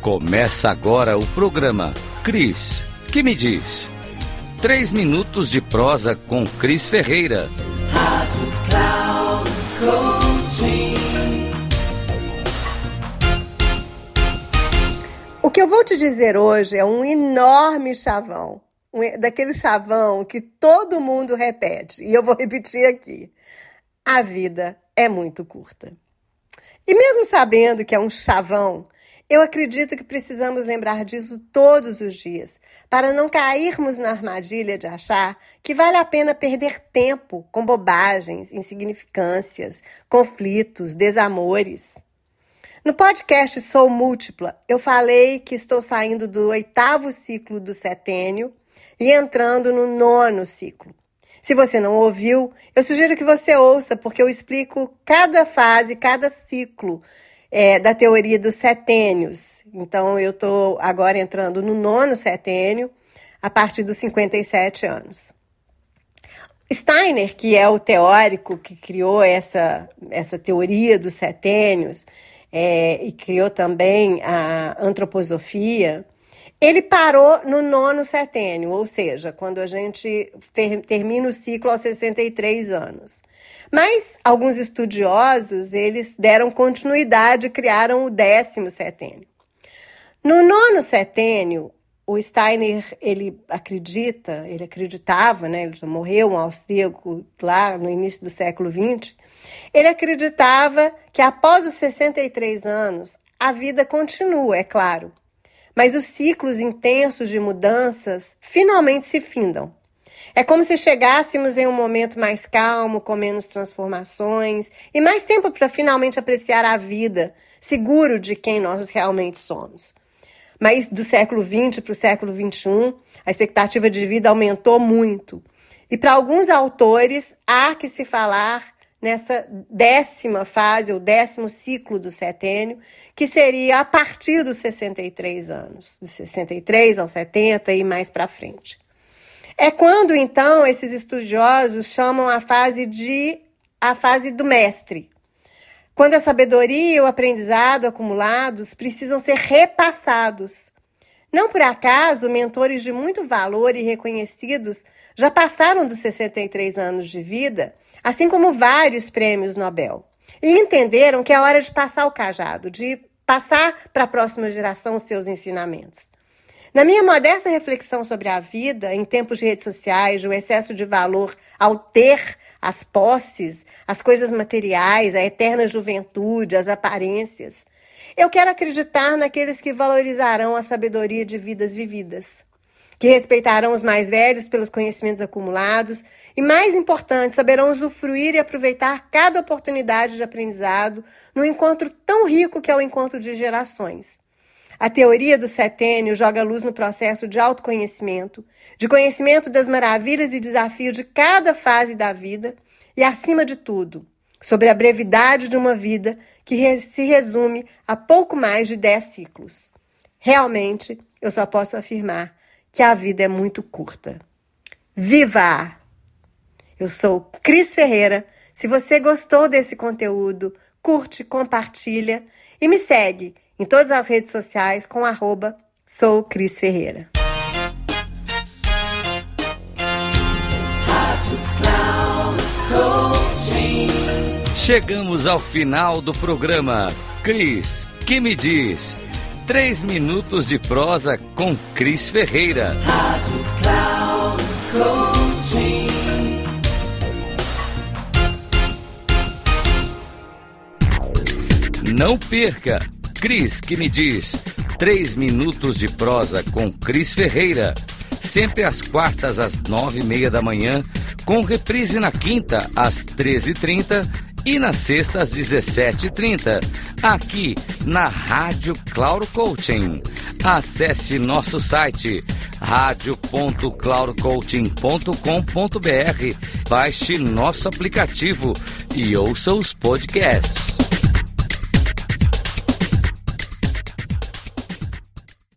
Começa agora o programa Cris, que me diz? 3 minutos de prosa com Cris Ferreira. Rádio Cloud Coaching. O que eu vou te dizer hoje é um enorme chavão. Daquele chavão que todo mundo repete. E eu vou repetir aqui. A vida é muito curta. E mesmo sabendo que é um chavão, eu acredito que precisamos lembrar disso todos os dias, para não cairmos na armadilha de achar que vale a pena perder tempo com bobagens, insignificâncias, conflitos, desamores. No podcast Sou Múltipla, eu falei que estou saindo do 8º ciclo do setênio e entrando no 9º ciclo. Se você não ouviu, eu sugiro que você ouça, porque eu explico cada fase, cada ciclo da teoria dos setênios. Então, eu estou agora entrando no 9º setênio, a partir dos 57 anos. Steiner, que é o teórico que criou essa teoria dos setênios, e criou também a antroposofia, ele parou no 9º setênio, ou seja, quando a gente termina o ciclo aos 63 anos. Mas alguns estudiosos, eles deram continuidade e criaram o 10º setênio. No 9º setênio, o Steiner, ele acreditava, né, ele já morreu, um austríaco lá no início do século XX, ele acreditava que após os 63 anos, a vida continua, é claro. Mas os ciclos intensos de mudanças finalmente se findam. É como se chegássemos em um momento mais calmo, com menos transformações e mais tempo para finalmente apreciar a vida, seguro de quem nós realmente somos. Mas do século XX para o século XXI, a expectativa de vida aumentou muito. E para alguns autores, há que se falar nessa 10ª fase, ou 10º ciclo do setênio, que seria a partir dos 63 anos, dos 63 aos 70 e mais para frente. É quando, então, esses estudiosos chamam a fase do mestre, quando a sabedoria e o aprendizado acumulados precisam ser repassados. Não por acaso, mentores de muito valor e reconhecidos já passaram dos 63 anos de vida, assim como vários prêmios Nobel, e entenderam que é hora de passar o cajado, de passar para a próxima geração os seus ensinamentos. Na minha modesta reflexão sobre a vida, em tempos de redes sociais, o excesso de valor ao ter, as posses, as coisas materiais, a eterna juventude, as aparências, eu quero acreditar naqueles que valorizarão a sabedoria de vidas vividas, que respeitarão os mais velhos pelos conhecimentos acumulados e, mais importante, saberão usufruir e aproveitar cada oportunidade de aprendizado num encontro tão rico que é o encontro de gerações. A teoria do setênio joga luz no processo de autoconhecimento, de conhecimento das maravilhas e desafios de cada fase da vida e, acima de tudo, sobre a brevidade de uma vida que se resume a pouco mais de 10 ciclos. Realmente, eu só posso afirmar que a vida é muito curta. Viva! Eu sou Cris Ferreira. Se você gostou desse conteúdo, curte, compartilha e me segue em todas as redes sociais com @soukrisferreira. Chegamos ao final do programa Cris, que me diz? 3 minutos de prosa com Cris Ferreira. Rádio Cloud Coaching. Não perca! Cris, que me diz? 3 minutos de prosa com Cris Ferreira. Sempre às quartas, às 9h30 da manhã, com reprise na quinta, às 13h30 e na sexta, às 17h30, aqui na Rádio Cloud Coaching. Acesse nosso site radio.cloudcoaching.com.br, baixe nosso aplicativo e ouça os podcasts.